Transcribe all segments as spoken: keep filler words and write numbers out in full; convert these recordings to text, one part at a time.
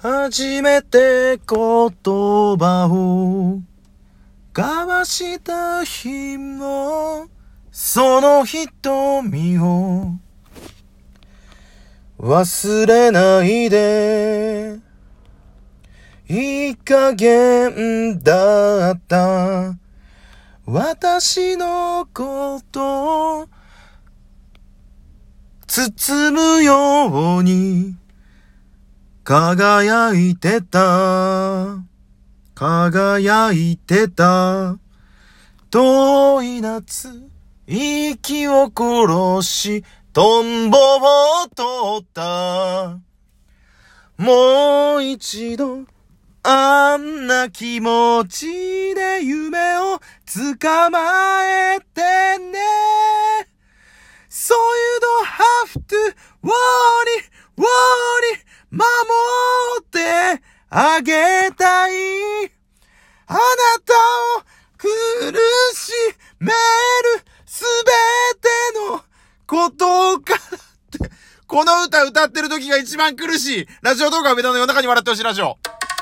初めて言葉を交わした日もその瞳を忘れないで。いい加減だった私のことを包むように輝いてた輝いてた遠い夏息を殺しトンボを取ったもう一度あんな気持ちで夢を捕まえてね So you don't have to worry worry 守ってあげたいあなたを苦しめるすべてのことからってこの歌歌ってる時が一番苦しいラジオ動画上田の夜中に笑ってほしいラジオ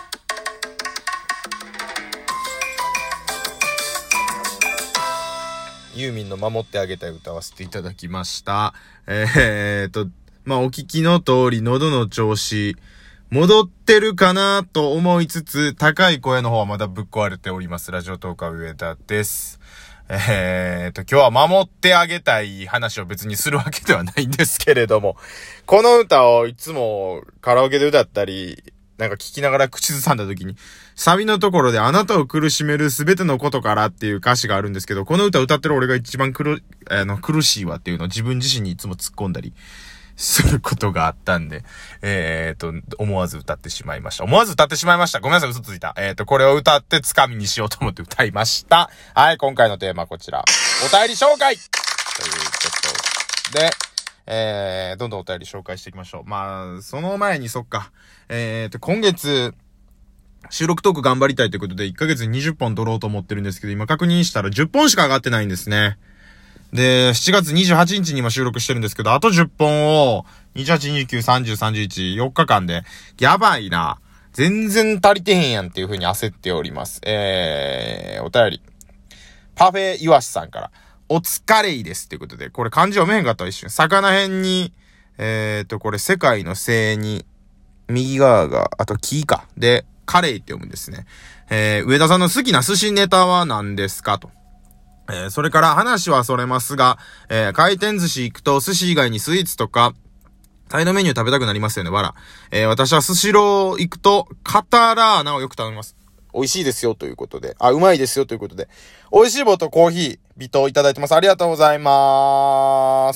ユーミンの守ってあげたい歌わせていただきました。えーっと、まあ、お聞きの通り喉の調子、戻ってるかなと思いつつ、高い声の方はまだぶっ壊れております。ラジオトーカー上田です。えーっと、今日は守ってあげたい話を別にするわけではないんですけれども、この歌をいつもカラオケで歌ったり、なんか聞きながら口ずさんだ時に、サビのところであなたを苦しめるすべてのことからっていう歌詞があるんですけど、この歌歌ってる俺が一番苦、あの、苦しいわっていうのを自分自身にいつも突っ込んだりすることがあったんで、えーと、思わず歌ってしまいました。思わず歌ってしまいました。ごめんなさい、嘘ついた。えーと、これを歌ってつかみにしようと思って歌いました。はい、今回のテーマはこちら。お便り紹介ということで、えー、どんどんお便り紹介していきましょう。まあ、その前にそっか。えーと、今月、収録トーク頑張りたいということで、いっかげつににじゅっぽん撮ろうと思ってるんですけど、今確認したらじゅっぽんしか上がってないんですね。で、しちがつにじゅうはちにちに今収録してるんですけど、あとじゅっぽんを、にじゅうはち、にじゅうく、さんじゅう、さんじゅういち、よっかかんで、やばいな。全然足りてへんやんっていう風に焦っております。えー、お便り。パフェイワシさんから。お疲れいですっていうことで、これ漢字読めへんかった一瞬。魚辺に、えーと、これ世界のせいに、右側が、あと木か。で、カレイって読むんですね。えー、上田さんの好きな寿司ネタは何ですかと。えー、それから話はそれますが、えー、回転寿司行くと寿司以外にスイーツとか、サイドメニュー食べたくなりますよね、わら。えー、私は寿司ロー行くと、カタラーナをよく頼みます。美味しいですよということで。あ、うまいですよということで。美味しい棒とコーヒー、微糖いただいてます。ありがとうございます。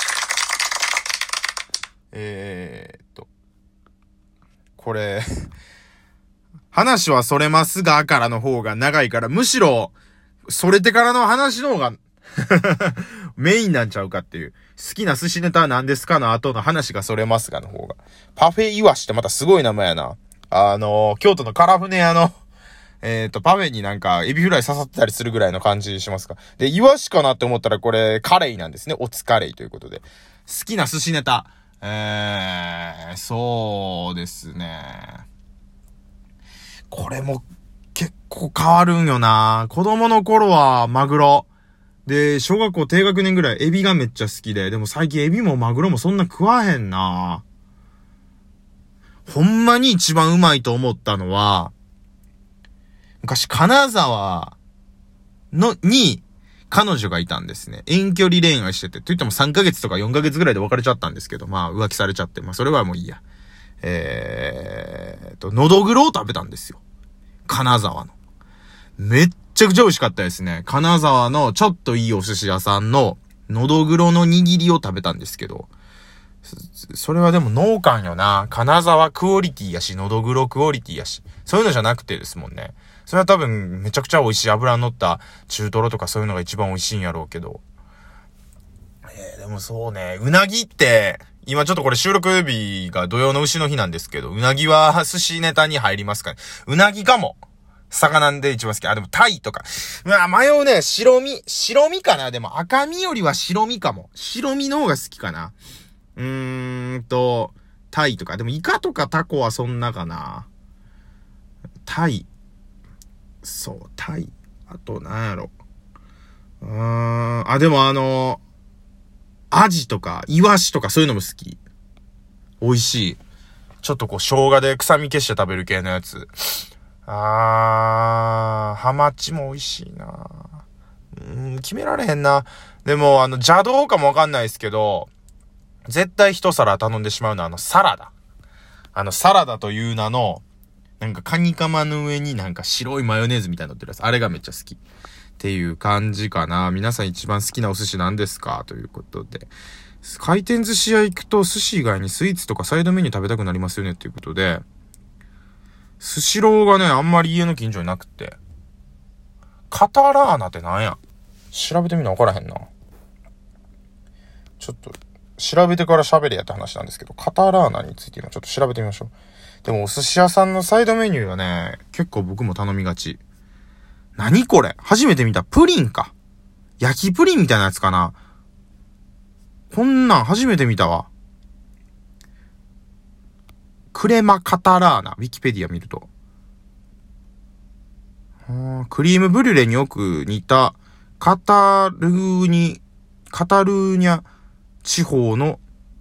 えーっと。これ、話はそれますがからの方が長いから、むしろ、それてからの話の方が、メインなんちゃうかっていう。好きな寿司ネタは何ですかの後の話がそれますがの方が。パフェイワシってまたすごい名前やな。あのー、京都のカラフネ屋の、えっと、パフェになんか、エビフライ刺さってたりするぐらいの感じしますか。で、イワシかなって思ったらこれ、カレイなんですね。おつカレイということで。好きな寿司ネタ。えー、そうですね。これも結構変わるんよな。子供の頃はマグロ。で、小学校低学年ぐらいエビがめっちゃ好きで、でも最近エビもマグロもそんな食わへんな。ほんまに一番うまいと思ったのは、昔金沢の、に、彼女がいたんですね。遠距離恋愛してて。と言ってもさんかげつとかよんかげつぐらいで別れちゃったんですけど、まあ浮気されちゃって、まあそれはもういいや。えーと、のどぐろを食べたんですよ。金沢の。めっちゃくちゃ美味しかったですね。金沢のちょっといいお寿司屋さんののどぐろの握りを食べたんですけど、それはでも農家よな。金沢クオリティやし、のどぐろクオリティやし。そういうのじゃなくてですもんね。それは多分めちゃくちゃ美味しい油乗った中トロとかそういうのが一番美味しいんやろうけど。えー、でもそうね、うなぎって、今ちょっとこれ収録日が土曜の牛の日なんですけど、うなぎは寿司ネタに入りますかね。うなぎかも。魚で一番好き。あ、でもタイとか。うわ、迷うね。白身。白身かな。でも赤身よりは白身かも。白身の方が好きかな。うーんと、 タイとか。でもイカとかタコはそんなかな。タイ。そう、タイ。あと、なんやろ。うーん。あ、でもあの、アジとか、イワシとかそういうのも好き。美味しい。ちょっとこう、生姜で臭み消して食べる系のやつ。あー、ハマチも美味しいな。うーん、決められへんな。でも、あの、邪道かもわかんないですけど、絶対一皿頼んでしまうのは、あの、サラダ。あの、サラダという名の、なんかカニカマの上になんか白いマヨネーズみたいに乗ってるやつ。あれがめっちゃ好き。っていう感じかな。皆さん一番好きなお寿司何ですかということで。回転寿司屋行くと寿司以外にスイーツとかサイドメニュー食べたくなりますよねっていうことで、スシローがね、あんまり家の近所になくて。カタラーナってなんや？調べてみな分からへんな。ちょっと、調べてから喋れやって話なんですけど、カタラーナについて今ちょっと調べてみましょう。でもお寿司屋さんのサイドメニューはね、結構僕も頼みがち。何これ？初めて見た。プリンか。焼きプリンみたいなやつかな。こんなん初めて見たわ。クレマカタラーナ。ウィキペディア見ると。クリームブリュレによく似たカタルーニ、カタルーニャ地方の、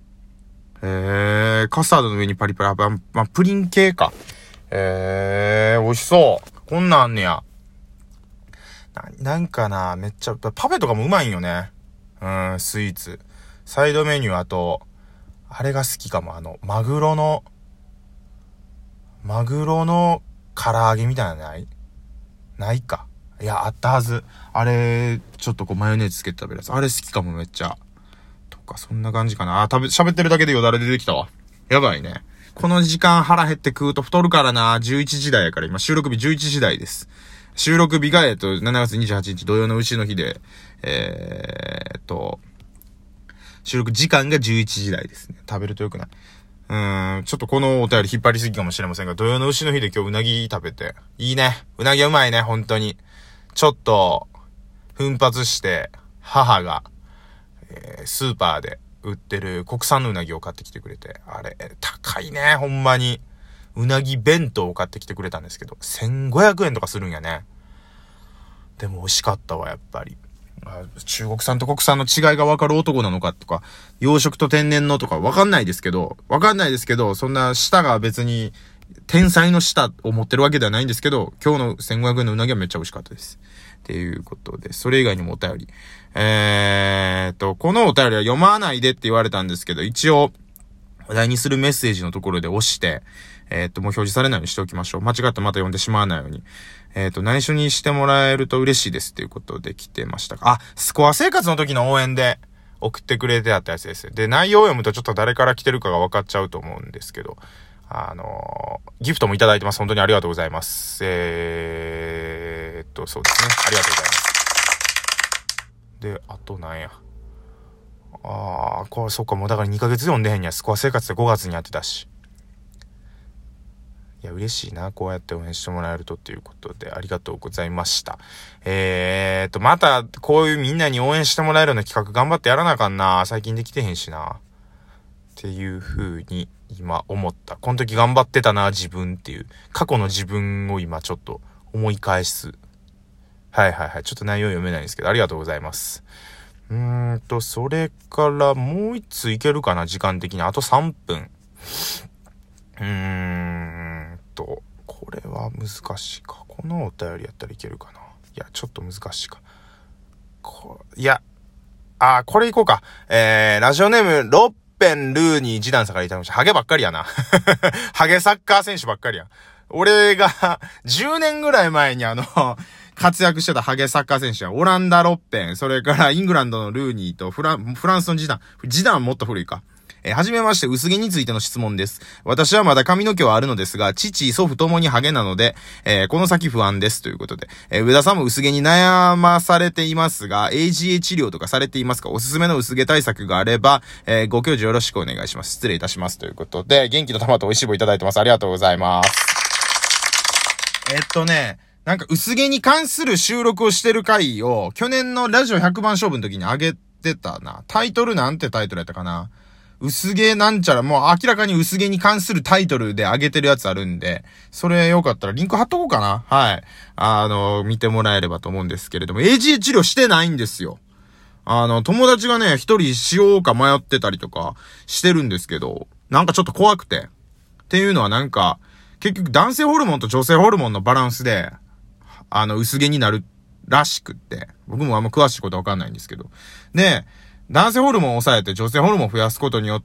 えー、カスタードの上にパリパリ、ま、まあ、プリン系か。えー、美味しそう。こんなんあんねや。な、なんかな、めっちゃ、パフェとかもうまいんよね。うん、スイーツ。サイドメニュー、あと、あれが好きかも。あの、マグロの、マグロの唐揚げみたいなのないないか。いや、あったはず。あれ、ちょっとこうマヨネーズつけて食べるやつ。あれ好きかもめっちゃ。とか、そんな感じかな。あ、食べ、喋ってるだけでよだれ出てきたわ。やばいね。この時間腹減って食うと太るからな。じゅういちじ台やから、今収録日じゅういちじ台です。収録日が、えっと、しちがつにじゅうはちにち土曜の牛の日で、えー、っと、収録時間がじゅういちじ台ですね。食べるとよくない。うーん、ちょっとこのお便り引っ張りすぎかもしれませんが、土曜の牛の日で今日うなぎ食べて、いいね。うなぎはうまいね、本当に。ちょっと、奮発して、母が、えー、スーパーで売ってる国産のうなぎを買ってきてくれて、あれ、高いね、ほんまに。うなぎ弁当を買ってきてくれたんですけど、せんごひゃくえんとかするんやね。でも美味しかったわ、やっぱり。中国産と国産の違いが分かる男なのかとか、養殖と天然のとか分かんないですけど、分かんないですけど、そんな舌が別に天才の舌を持ってるわけではないんですけど、今日のせんごひゃくえんのうなぎはめっちゃ美味しかったです。っていうことで、それ以外にもお便り。えーっと、このお便りは読まないでって言われたんですけど、一応、話題にするメッセージのところで押して、えーっと、もう表示されないようにしておきましょう。間違ってまた読んでしまわないように。えっと、内緒にしてもらえると嬉しいですっていうことで来てましたか。あ、スコア生活の時の応援で送ってくれてあったやつです。で、内容を読むとちょっと誰から来てるかが分かっちゃうと思うんですけど、あのー、ギフトもいただいてます。本当にありがとうございます。えーっと、そうですね。ありがとうございます。で、あとなんや。あー、これ、そっか、もうだからにかげつ読んでへんや。スコア生活でごがつにやってたし。いや、嬉しいな。こうやって応援してもらえるとっていうことで、ありがとうございました。えーと、また、こういうみんなに応援してもらえるような企画頑張ってやらなあかんな。最近できてへんしな。っていう風に今思った。この時頑張ってたな、自分っていう。過去の自分を今ちょっと思い返す。はいはいはい。ちょっと内容読めないんですけど、ありがとうございます。うーんと、それからもう一ついけるかな、時間的に。あとさんぷん。うーんと、これは難しいか。このお便りやったらいけるかな。いや、ちょっと難しいか。こいや、あー、これいこうか。えー、ラジオネーム、ロッペン・ルーニー・ジダンさんからいただきました。ハゲばっかりやな。ハゲサッカー選手ばっかりや。俺が、じゅうねんぐらい前にあの、活躍してたハゲサッカー選手は、オランダ・ロッペン、それからイングランドのルーニーとフラン、フランスのジダン。ジダンはもっと古いか。えー、はじめまして、薄毛についての質問です。私はまだ髪の毛はあるのですが、父、祖父ともにハゲなので、えー、この先不安です。ということで、えー、上田さんも薄毛に悩まされていますが、エージーエー 治療とかされていますか？おすすめの薄毛対策があれば、えー、ご教授よろしくお願いします。失礼いたします。ということで、元気の玉と美味しい棒いただいてます。ありがとうございます。えっとね、なんか薄毛に関する収録をしてる回を、去年のラジオひゃくばん勝負の時に上げてたな。タイトルなんてタイトルやったかな。 薄毛なんちゃら、もう明らかに薄毛に関するタイトルで上げてるやつあるんで、それよかったらリンク貼っとこうかな。はい。あの、見てもらえればと思うんですけれども、エージーエー 治療してないんですよ。あの、友達がね、一人しようか迷ってたりとかしてるんですけど、なんかちょっと怖くて。っていうのはなんか、結局男性ホルモンと女性ホルモンのバランスで、あの、薄毛になるらしくって、僕もあんま詳しいことわかんないんですけど。で、男性ホルモンを抑えて女性ホルモンを増やすことによって、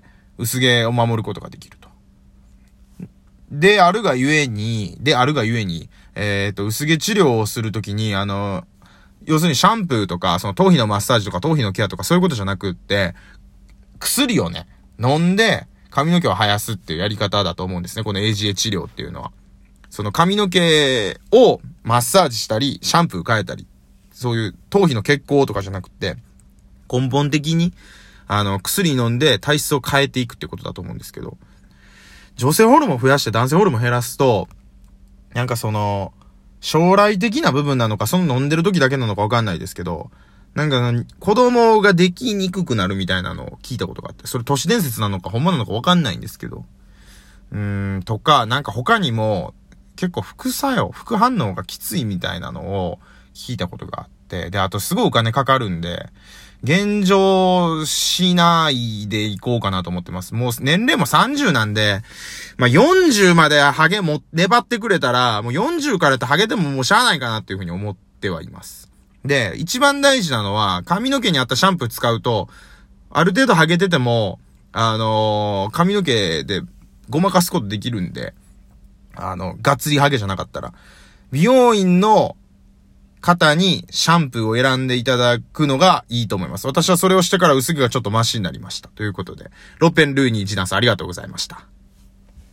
薄毛を守ることができると。で、あるがゆえに、で、あるがゆえに、えっと、薄毛治療をするときに、あの、要するにシャンプーとか、その頭皮のマッサージとか頭皮のケアとかそういうことじゃなくって、薬をね、飲んで髪の毛を生やすっていうやり方だと思うんですね。この エージーエー 治療っていうのは。その髪の毛をマッサージしたり、シャンプー変えたり、そういう頭皮の血行とかじゃなくって、根本的に、あの、薬飲んで体質を変えていくってことだと思うんですけど、女性ホルモン増やして男性ホルモン減らすと、なんかその、将来的な部分なのか、その飲んでる時だけなのかわかんないですけど、なんか、子供ができにくくなるみたいなのを聞いたことがあって、それ都市伝説なのかほんまなのかわかんないんですけど、うーん、とか、なんか他にも、結構副作用、副反応がきついみたいなのを聞いたことがあって、で、あとすごいお金かかるんで、現状しないでいこうかなと思ってます。もう年齢もさんじゅうなんで、まあ、よんじゅうまでハゲも、粘ってくれたら、もうよんじゅうからってハゲてももうしゃあないかなっていうふうに思ってはいます。で、一番大事なのは、髪の毛に合ったシャンプー使うと、ある程度ハゲてても、あのー、髪の毛でごまかすことできるんで、あの、がっつりハゲじゃなかったら、美容院の方にシャンプーを選んでいただくのがいいと思います。私はそれをしてから薄毛がちょっとマシになりました。ということで、ロッペンルーニージナスありがとうございました。